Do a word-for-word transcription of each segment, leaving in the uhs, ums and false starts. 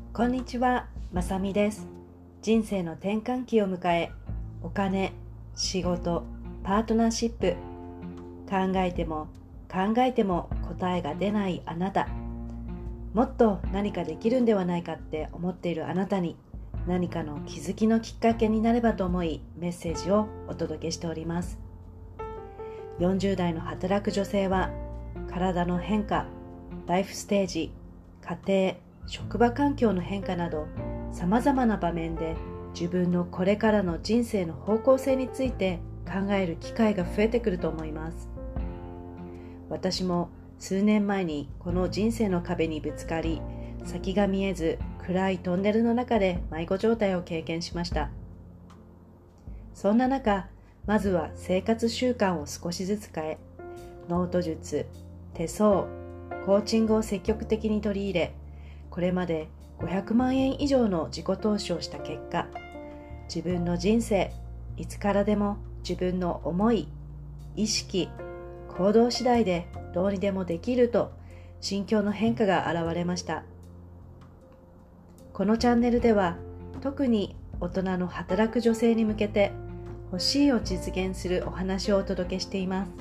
こんにちは、まさみです。人生の転換期を迎え、お金、仕事、パートナーシップ、考えても考えても答えが出ないあなた、もっと何かできるんではないかって思っているあなたに、何かの気づきのきっかけになればと思い、メッセージをお届けしております。よんじゅう代の働く女性は、体の変化、ライフステージ、家庭、職場環境の変化など、さまざまな場面で自分のこれからの人生の方向性について考える機会が増えてくると思います。私も数年前にこの人生の壁にぶつかり、先が見えず暗いトンネルの中で迷子状態を経験しました。そんな中、まずは生活習慣を少しずつ変え、ノート術、手相、コーチングを積極的に取り入れ、これまでごひゃくまんえん以上の自己投資をした結果、自分の人生、いつからでも自分の思い、意識、行動次第でどうにでもできると心境の変化が現れました。このチャンネルでは、特に大人の働く女性に向けて欲しいを実現するお話をお届けしています。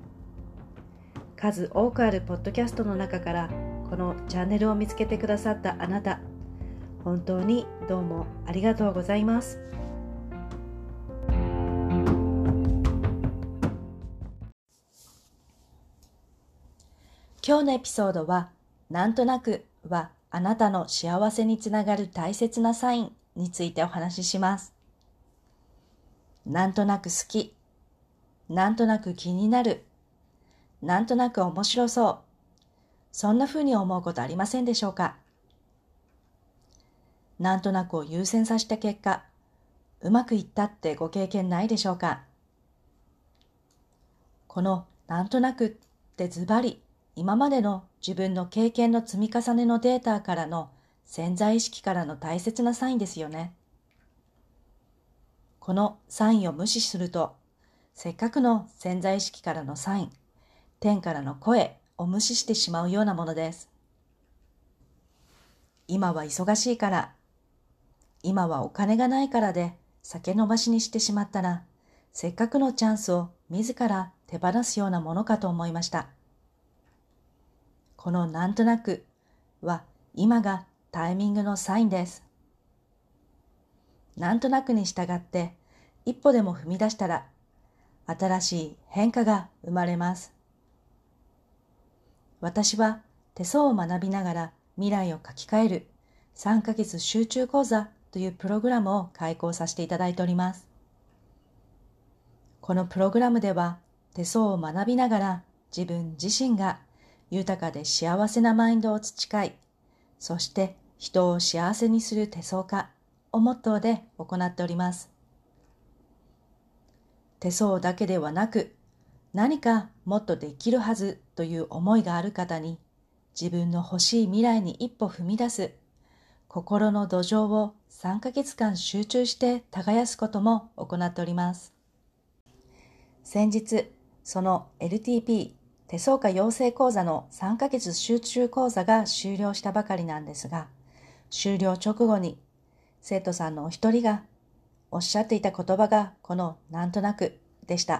数多くあるポッドキャストの中からこのチャンネルを見つけてくださったあなた、本当にどうもありがとうございます。今日のエピソードは、なんとなくはあなたの幸せにつながる大切なサインについてお話しします。なんとなく好き、なんとなく気になる、なんとなく面白そう、そんな風に思うことありませんでしょうか。なんとなくを優先させた結果、うまくいったってご経験ないでしょうか。このなんとなくってズバリ、今までの自分の経験の積み重ねのデータからの潜在意識からの大切なサインですよね。このサインを無視すると、せっかくの潜在意識からのサイン、天からの声を無視してしまうようなものです。今は忙しいから、今はお金がないからで先延ばしにしてしまったら、せっかくのチャンスを自ら手放すようなものかと思いました。このなんとなくは今がタイミングのサインです。なんとなくに従って一歩でも踏み出したら、新しい変化が生まれます。私は手相を学びながら未来を書き換えるさんかげつ集中講座というプログラムを開講させていただいております。このプログラムでは手相を学びながら自分自身が豊かで幸せなマインドを培い、そして人を幸せにする手相家をモットーで行っております。手相だけではなく、何かもっとできるはずという思いがある方に、自分の欲しい未来に一歩踏み出す、心の土壌をさんかげつかん集中して耕すことも行っております。先日、その エルティーピー 手相家養成講座のさんかげつ集中講座が終了したばかりなんですが、終了直後に生徒さんのお一人がおっしゃっていた言葉がこのなんとなくでした。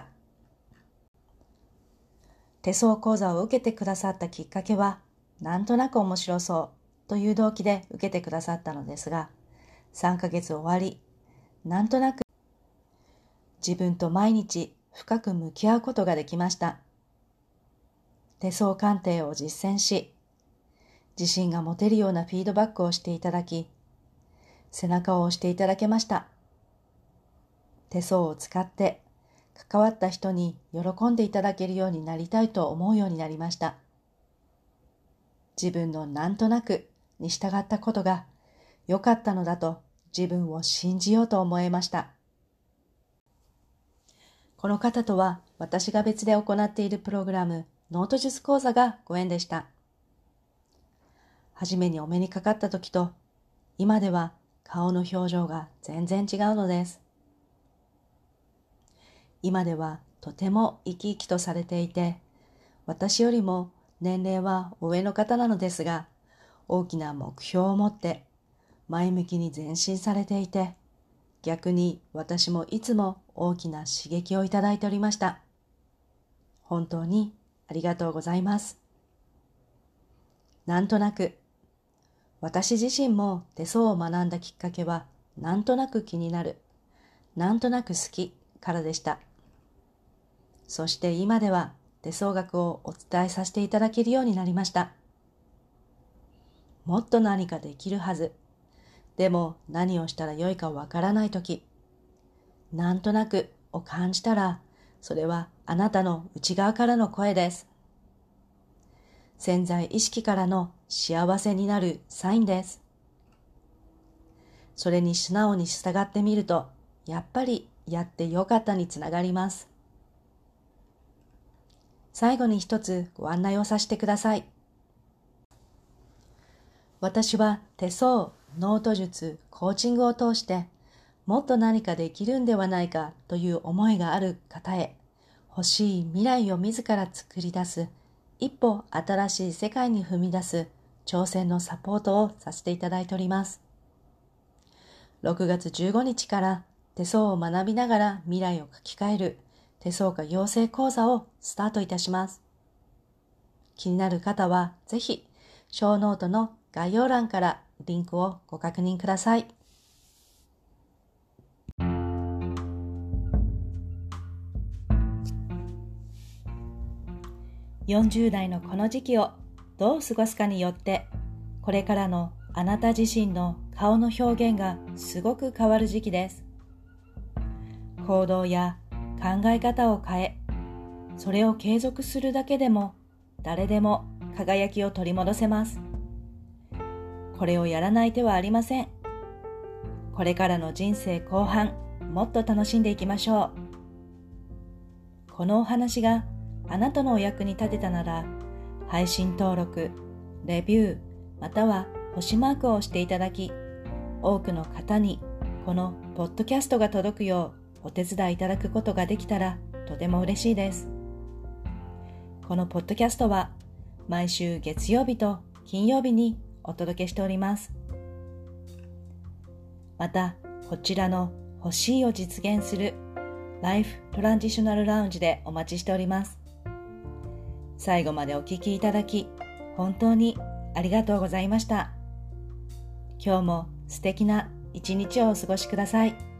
手相講座を受けてくださったきっかけは、なんとなく面白そうという動機で受けてくださったのですが、さんかげつ終わり、なんとなく自分と毎日深く向き合うことができました。手相鑑定を実践し、自信が持てるようなフィードバックをしていただき、背中を押していただけました。手相を使って関わった人に喜んでいただけるようになりたいと思うようになりました。自分のなんとなくに従ったことが良かったのだと自分を信じようと思えました。この方とは私が別で行っているプログラムノート術講座がご縁でした。初めにお目にかかった時と今では顔の表情が全然違うのです。今ではとても生き生きとされていて、私よりも年齢は上の方なのですが、大きな目標を持って前向きに前進されていて、逆に私もいつも大きな刺激をいただいておりました。本当にありがとうございます。なんとなく、私自身も手相を学んだきっかけは、なんとなく気になる、なんとなく好きからでした。そして今では手相学をお伝えさせていただけるようになりました。もっと何かできるはず。でも何をしたらよいかわからないとき、なんとなくを感じたら、それはあなたの内側からの声です。潜在意識からの幸せになるサインです。それに素直に従ってみると、やっぱりやってよかったにつながります。最後に一つご案内をさせてください。私は手相、ノート術、コーチングを通して、もっと何かできるんではないかという思いがある方へ、欲しい未来を自ら作り出す、一歩新しい世界に踏み出す挑戦のサポートをさせていただいております。ろくがつじゅうごにちから手相を学びながら未来を書き換える手相家養成講座をスタートいたします。気になる方はぜひ、小ノートの概要欄からリンクをご確認ください。よんじゅう代のこの時期をどう過ごすかによって、これからのあなた自身の顔の表現がすごく変わる時期です。行動や考え方を変え、それを継続するだけでも誰でも輝きを取り戻せます。これをやらない手はありません。これからの人生後半、もっと楽しんでいきましょう。このお話があなたのお役に立てたなら、配信登録、レビュー、または星マークを押していただき、多くの方にこのポッドキャストが届くようお手伝いいただくことができたらとても嬉しいです。このポッドキャストは毎週月曜日と金曜日にお届けしております。また、こちらの欲しいを実現するライフトランジショナルラウンジでお待ちしております。最後までお聞きいただき、本当にありがとうございました。今日も素敵な一日をお過ごしください。